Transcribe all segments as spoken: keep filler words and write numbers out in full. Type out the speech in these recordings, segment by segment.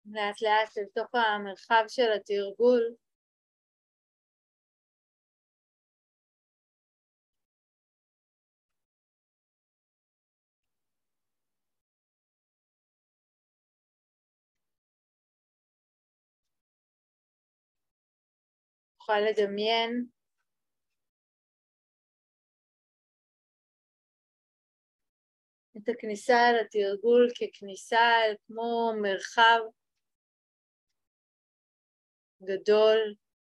לאט לאט לתוך המרחב של התרגול. נוכל לדמיין את הכניסה אל התרגול ככניסה אל כמו מרחב גדול,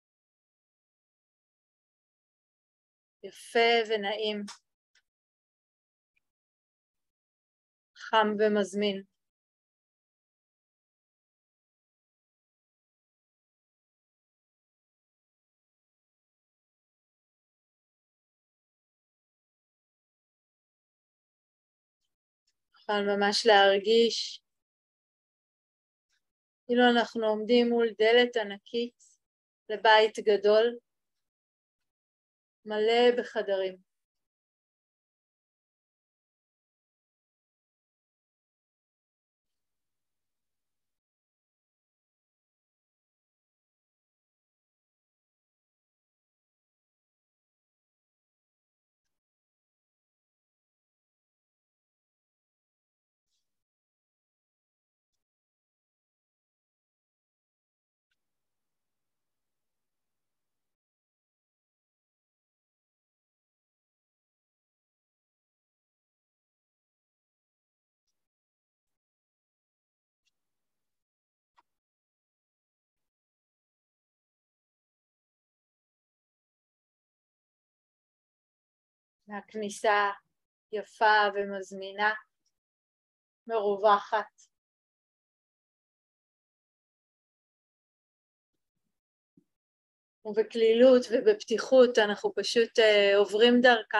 יפה ונעים, חם ומזמין. נוכל ממש להרגיש כאילו אנחנו עומדים מול דלת ענקית לבית גדול, מלא בחדרים. הכניסה יפה ומזמינה, מרווחת. ובכלילות ובפתיחות אנחנו פשוט uh, עוברים דרכה.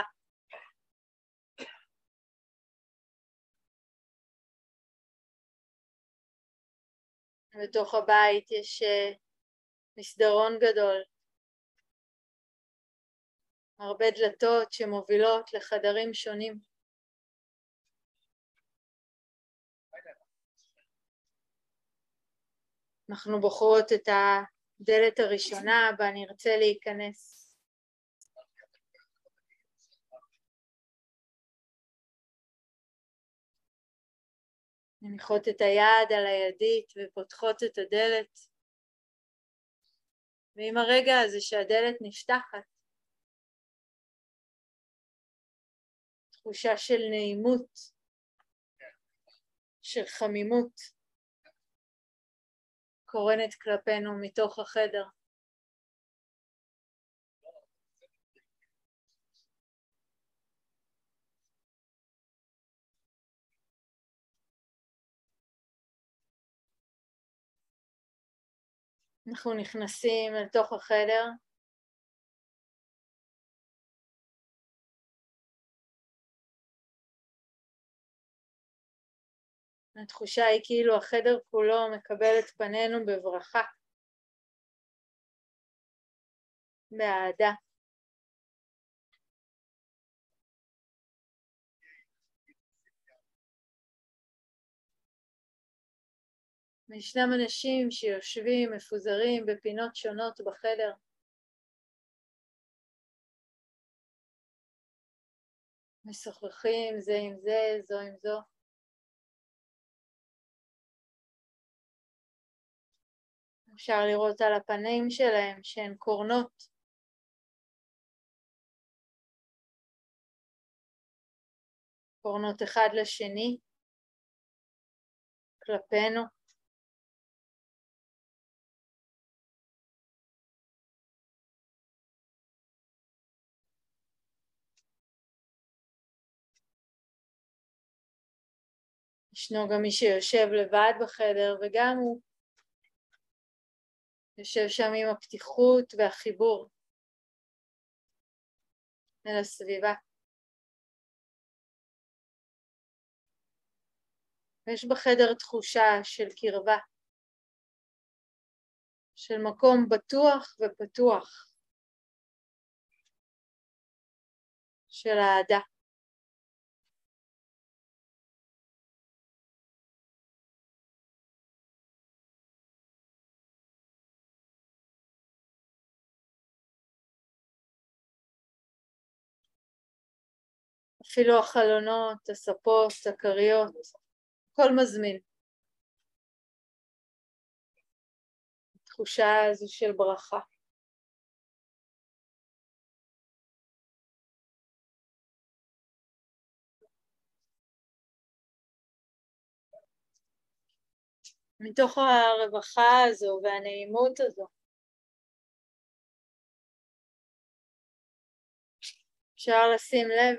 בתוך הבית יש uh, מסדרון גדול, הרבה דלתות שמובילות לחדרים שונים. אנחנו בוחרות את הדלת הראשונה בה נרצה להיכנס. מניחות את היד על הידית ופותחות את הדלת. ועם הרגע הזה שהדלת נפתחת, תחושה של נעימות, של חמימות, קורנת כלפינו מתוך החדר. אנחנו נכנסים אל תוך החדר. התחושה היא כאילו החדר כולו מקבל את פנינו בברכה, באהדה. וישנם אנשים שיושבים מפוזרים בפינות שונות בחדר. משוחחים זה עם זה, זו עם זו. אפשר לראות על הפנים שלהם שהן קורנות. קורנות אחד לשני, כלפינו. ישנו גם מי שיושב לבד בחדר, וגם הוא יושב שם עם הפתיחות והחיבור אל הסביבה. ויש בחדר תחושה של קרבה, של מקום בטוח ופתוח, של אהדה. אפילו החלונות, הספות, הכריות, הכל מזמין. התחושה הזו של ברכה. מתוך הרווחה הזו והנעימות הזו, אפשר לשים לב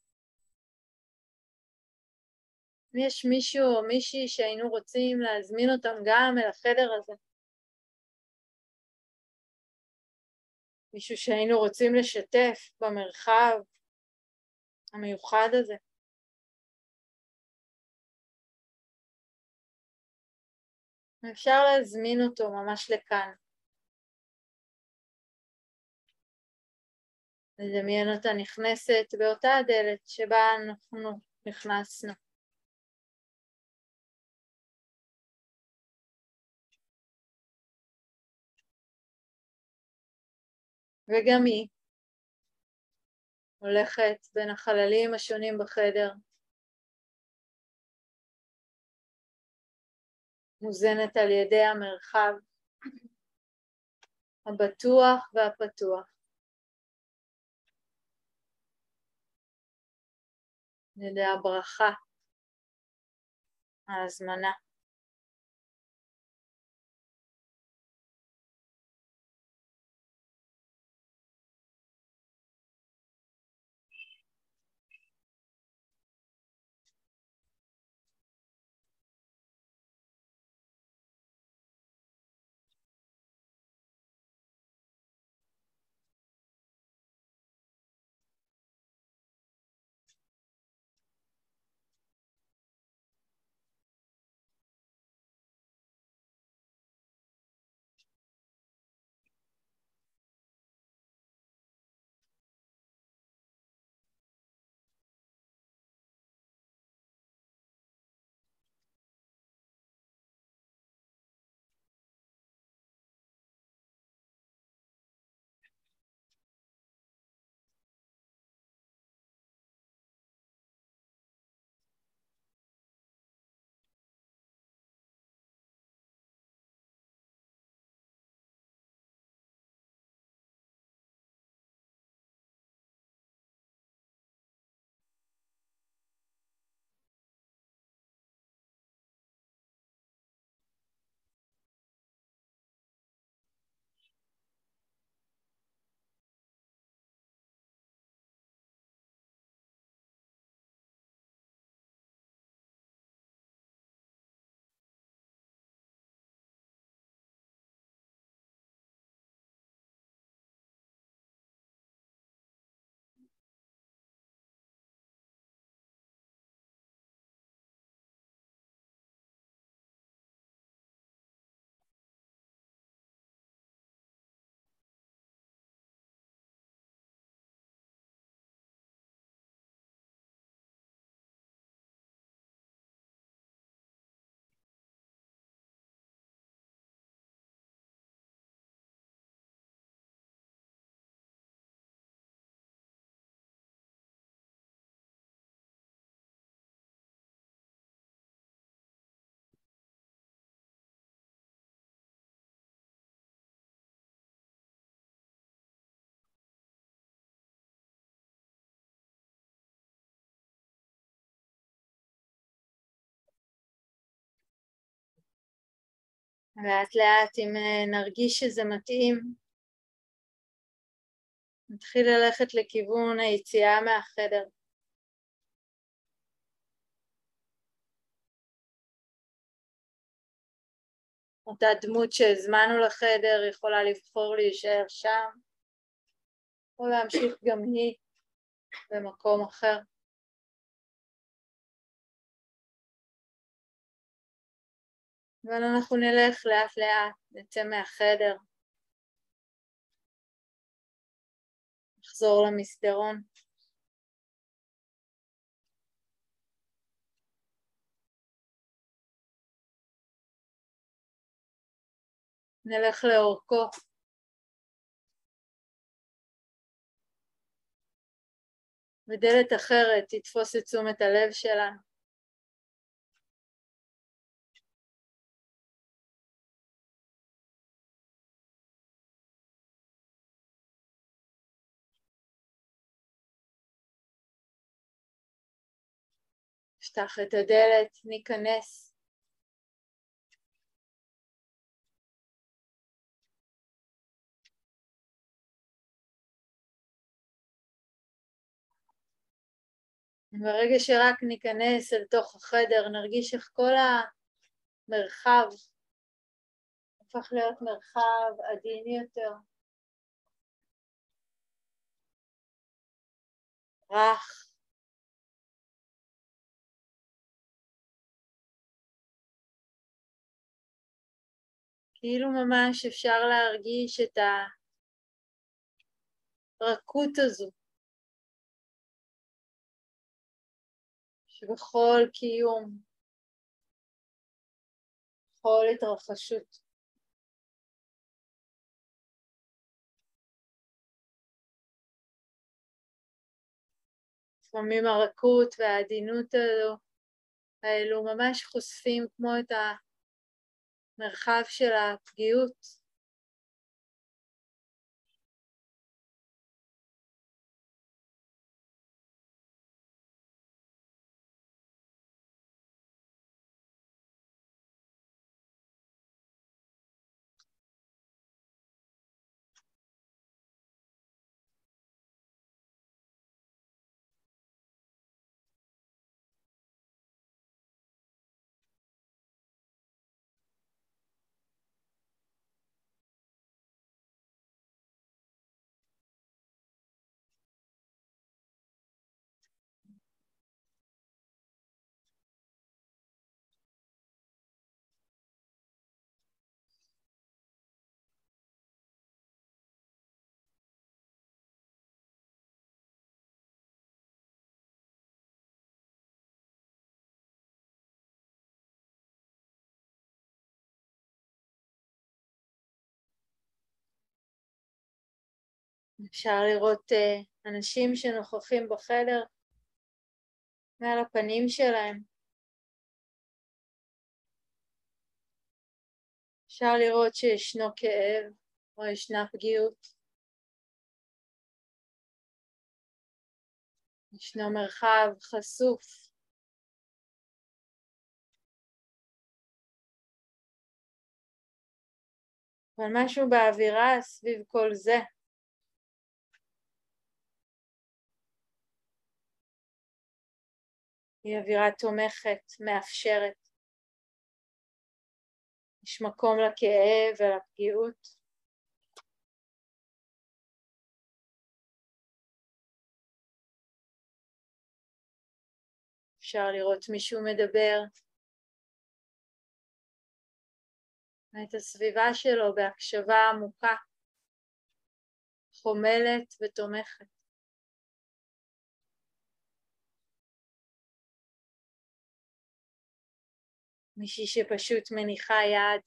אם יש מישהו או מישהי שהיינו רוצים להזמין אותם גם אל החדר הזה. מישהו שהיינו רוצים לשתף במרחב המיוחד הזה. אפשר להזמין אותו ממש לכאן. לדמיין אותה נכנסת באותה הדלת שבה אנחנו נכנסנו. וגם היא הולכת בין החללים השונים בחדר, מוזנת על ידי המרחב הבטוח והפתוח, על ידי הברכה, ההזמנה. לאט לאט אם נרגיש שזה מתאים, נתחיל ללכת לכיוון היציאה מהחדר. אותה דמות שהזמנו לחדר יכולה לבחור להישאר שם, או להמשיך גם היא במקום אחר. אבל אנחנו נלך לאט לאט, נצא מהחדר, נחזור למסדרון. נלך לאורכו. ודלת אחרת תתפוס את תשומת הלב שלנו. נפתח את הדלת, ניכנס. ברגע שרק ניכנס אל תוך החדר, נרגיש איך כל המרחב הפך להיות מרחב עדין יותר, רך. כאילו ממש אפשר להרגיש את הרכות הזו שבכל קיום, בכל התרחשות. לפעמים הרכות והעדינות הזו, האלו ממש חושפים כמו את המרחב של הפגיעות. אפשר לראות uh, אנשים שנוכחים בחדר מעל הפנים שלהם. אפשר לראות שישנו כאב או ישנה פגיעות. ישנו מרחב חשוף. אבל משהו באווירה סביב כל זה. היא אווירה תומכת, מאפשרת. יש מקום לכאב ולפגיעות. אפשר לראות מישהו מדבר את הסביבה שלו בהקשבה עמוקה, חומלת ותומכת. מישהי שפשוט מניחה יד,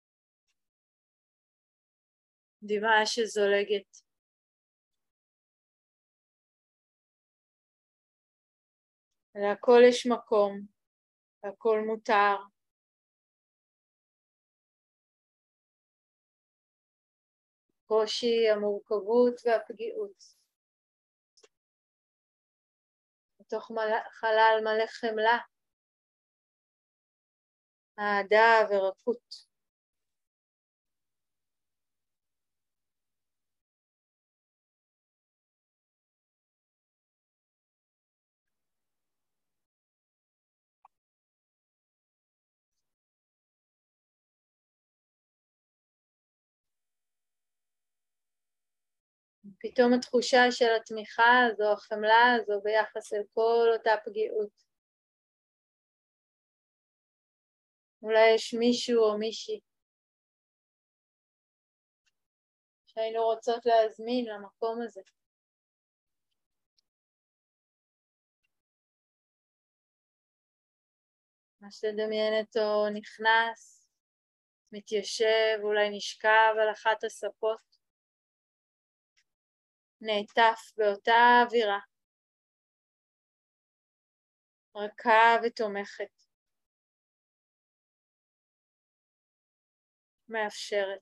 דמעה שזולגת. להכל יש מקום, הכל מותר. קושי, המורכבות והפגיעות. בתוך חלל מלא חמלה, אהדה ורקות. פתאום התחושה של התמיכה הזו, החמלה הזו ביחס אל כל אותה פגיעות. אולי יש מישהו או מישהי שהיינו רוצות להזמין למקום הזה. מה שתדמיין אותו נכנס, מתיישב, אולי נשכב על אחת הספות. נעטף באותה אווירה, רכה ותומכת, מאפשרת.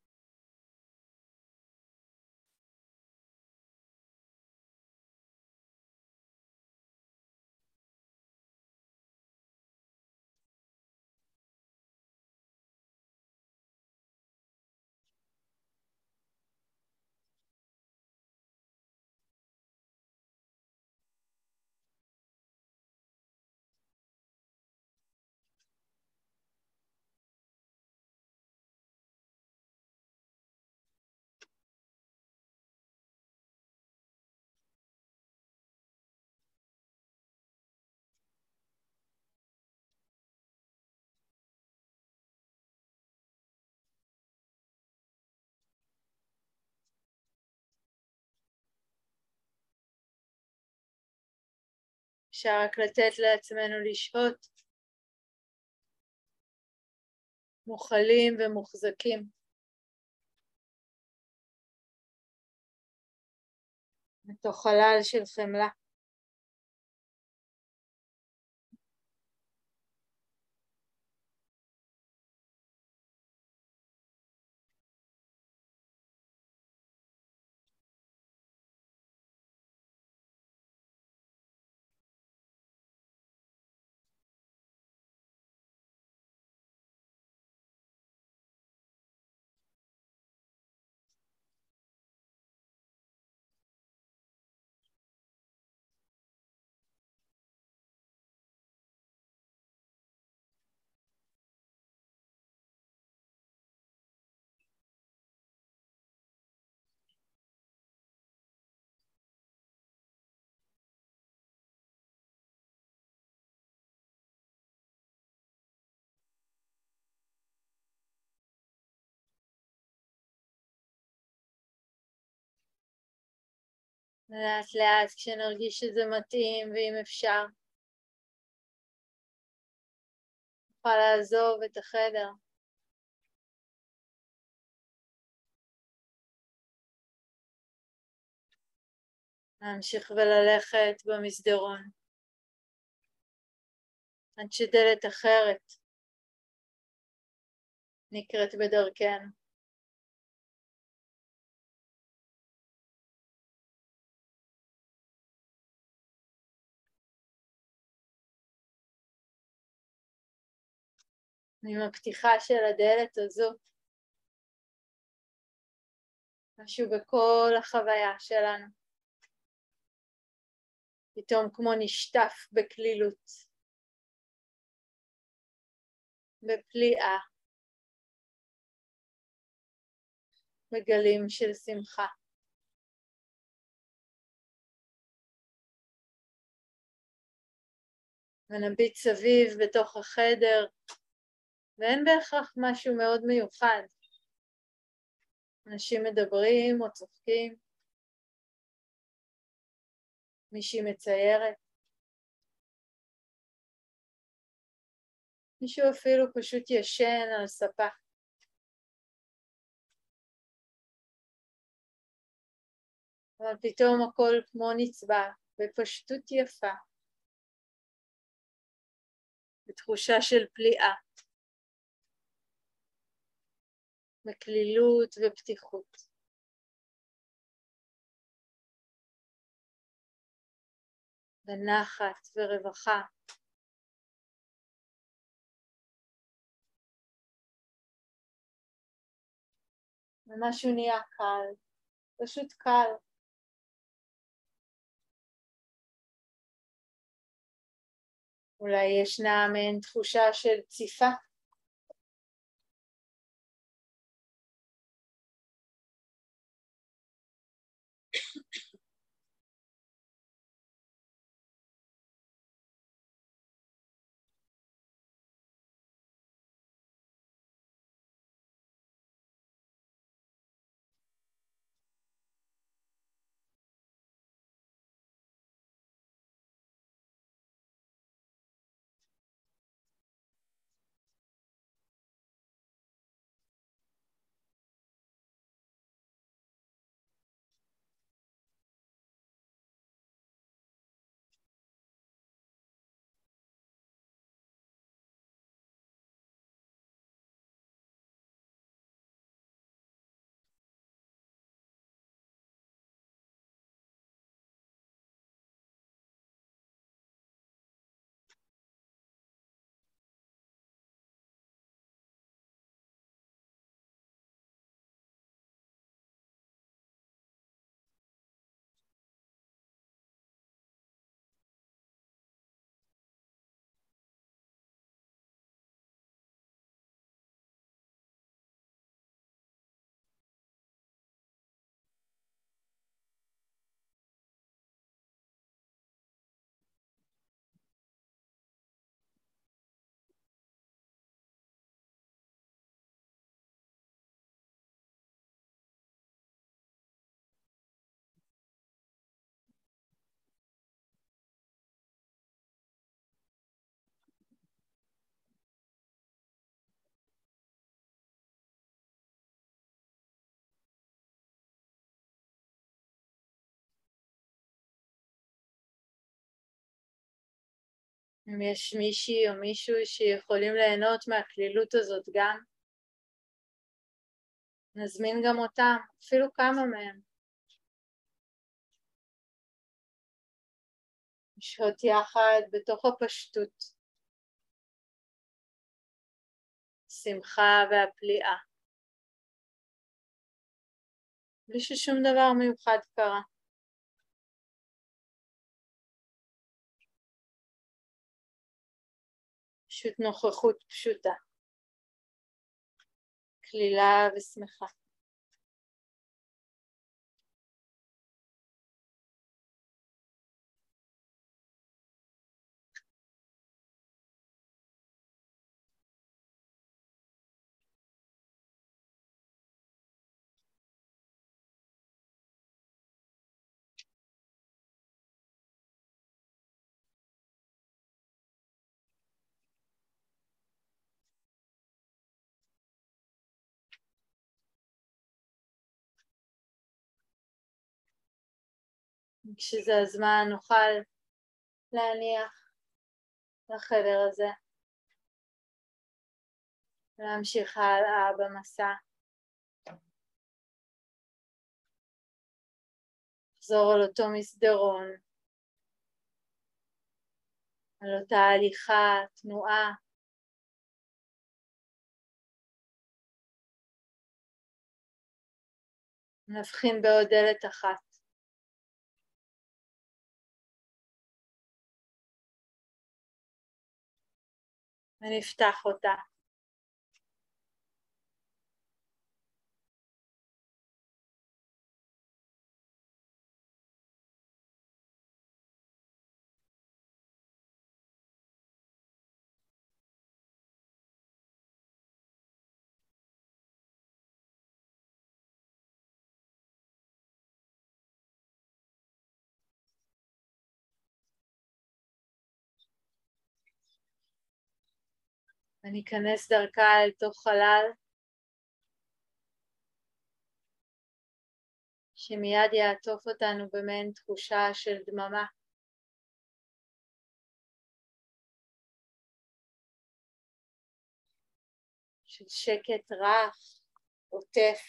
אפשר רק לתת לעצמנו לשהות, מוכלים ומוחזקים. מתוך חלל של חמלה. לאט לאט כשנרגיש שזה מתאים, ואם אפשר, נוכל לעזוב את החדר. להמשיך וללכת במסדרון, עד שדלת אחרת נקראת בדרכנו. עם הפתיחה של הדלת הזו, משהו בכל החוויה שלנו, פתאום כמו נשטף בכלילות, בפליאה, בגלים של שמחה. ונביט סביב בתוך החדר, ואין בהכרח משהו מאוד מיוחד. אנשים מדברים או צוחקים, מישהי מציירת, מישהו אפילו פשוט ישן על ספה. אבל פתאום הכל כמו נצבע, בפשטות יפה, בתחושה של פליאה, בכלילות ופתיחות. בנחת ורווחה. ומשהו נהיה קל, פשוט קל. אולי ישנה מעין תחושה של ציפה. אם יש מישהי או מישהו שיכולים ליהנות מהכלילות הזאת גם, נזמין גם אותם, אפילו כמה מהם. לשהות יחד בתוך הפשטות, שמחה והפליאה, בלי ששום דבר מיוחד קרה. פשוט נוכחות פשוטה, כלילה ושמחה. כשזה הזמן נוכל להניח לחדר הזה, להמשיך הלאה במסע, לחזור על אותו מסדרון, על אותה הליכה, תנועה, נבחין בעוד דלת אחת. ונפתח אותה. וניכנס דרכה אל תוך חלל, שמיד יעטוף אותנו במעין תחושה של דממה. של שקט רך, עוטף,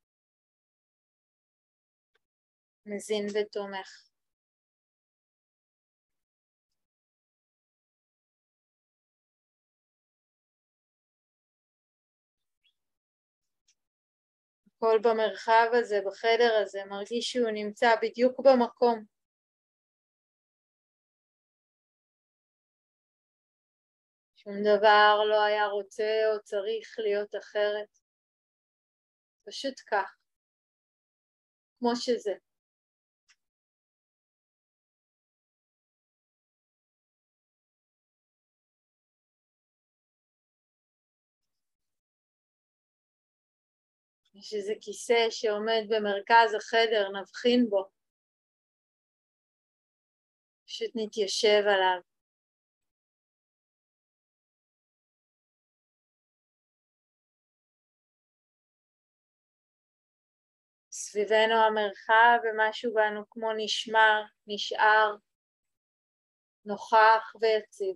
מזין ותומך. הכל במרחב הזה, בחדר הזה, מרגיש שהוא נמצא בדיוק במקום. שום דבר לא היה רוצה או צריך להיות אחרת. פשוט כך, כמו שזה. יש איזה כיסא שעומד במרכז החדר, נבחין בו. פשוט נתיישב עליו. סביבנו המרחב ומשהו בנו כמו נשמר, נשאר, נוכח ויציב.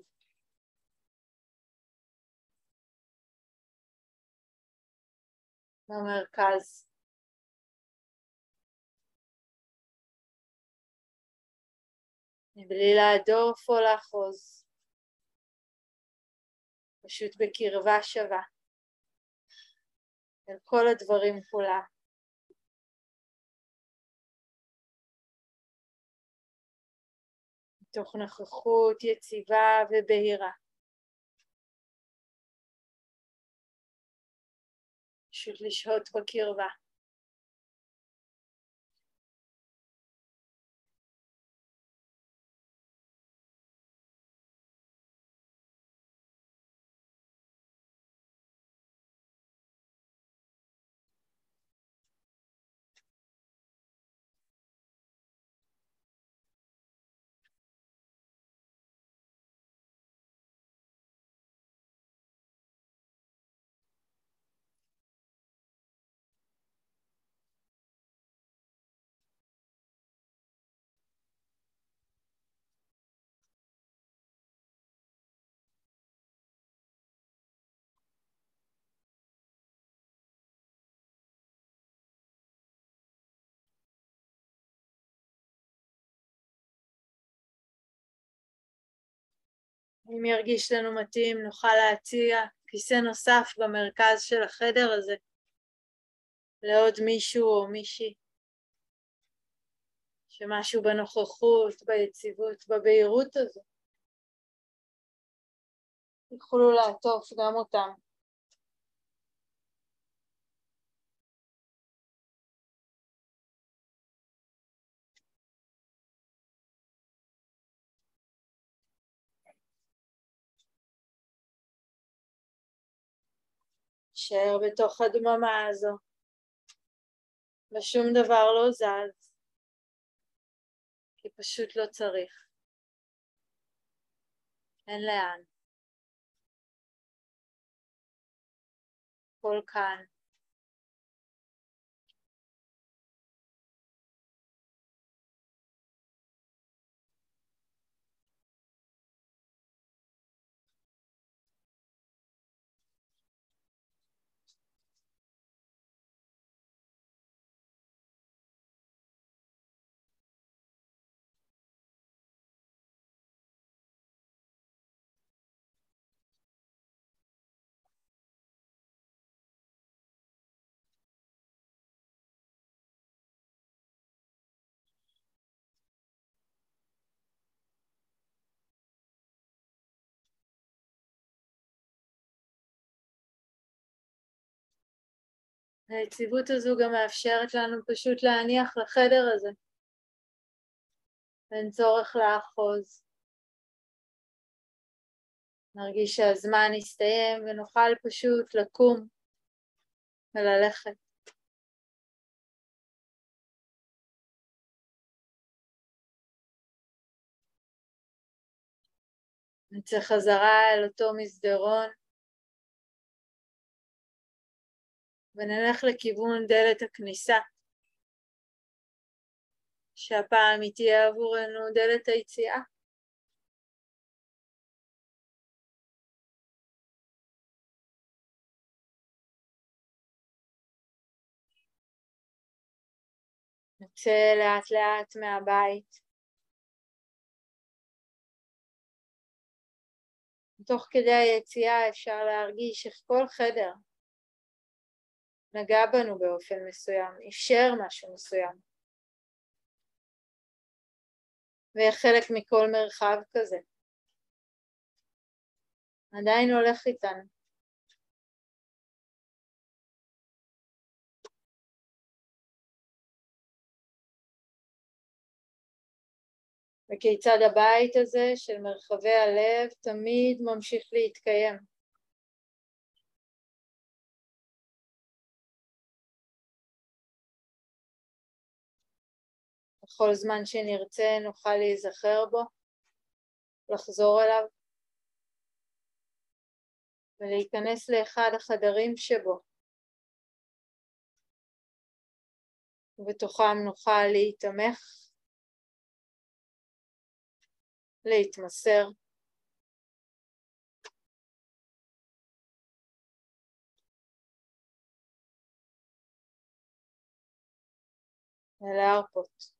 במרכז. מבלי להדוף או לאחוז. פשוט בקרבה שווה. אל כל הדברים כולה. מתוך נוכחות יציבה ובהירה. פשוט לשהות בקרבה. אם ירגיש לנו מתאים, נוכל להציע כיסא נוסף במרכז של החדר הזה, לעוד מישהו או מישהי, שמשהו בנוכחות, ביציבות, בבהירות הזו, יוכלו לעטוף גם אותם. נשאר בתוך הדממה הזו, ושום דבר לא זז, כי פשוט לא צריך. אין לאן. כל כאן. היציבות הזו גם מאפשרת לנו פשוט להניח לחדר הזה. אין צורך לאחוז. נרגיש שהזמן יסתיים ונוכל פשוט לקום וללכת. נצא חזרה אל אותו מסדרון ונלך לכיוון דלת הכניסה, שהפעם היא תהיה עבורנו דלת היציאה. נצא לאט לאט מהבית. תוך כדי היציאה אפשר להרגיש איך כל חדר נגע בנו באופן מסוים, אפשר משהו מסוים. וחלק מכל מרחב כזה עדיין הולך איתנו. וכיצד הבית הזה של מרחבי הלב תמיד ממשיך להתקיים. בכל זמן שנרצה נוכל להיזכר בו, לחזור אליו, ולהיכנס לאחד החדרים שבו. ובתוכם נוכל להתמך, להתמסר, ולהרפות.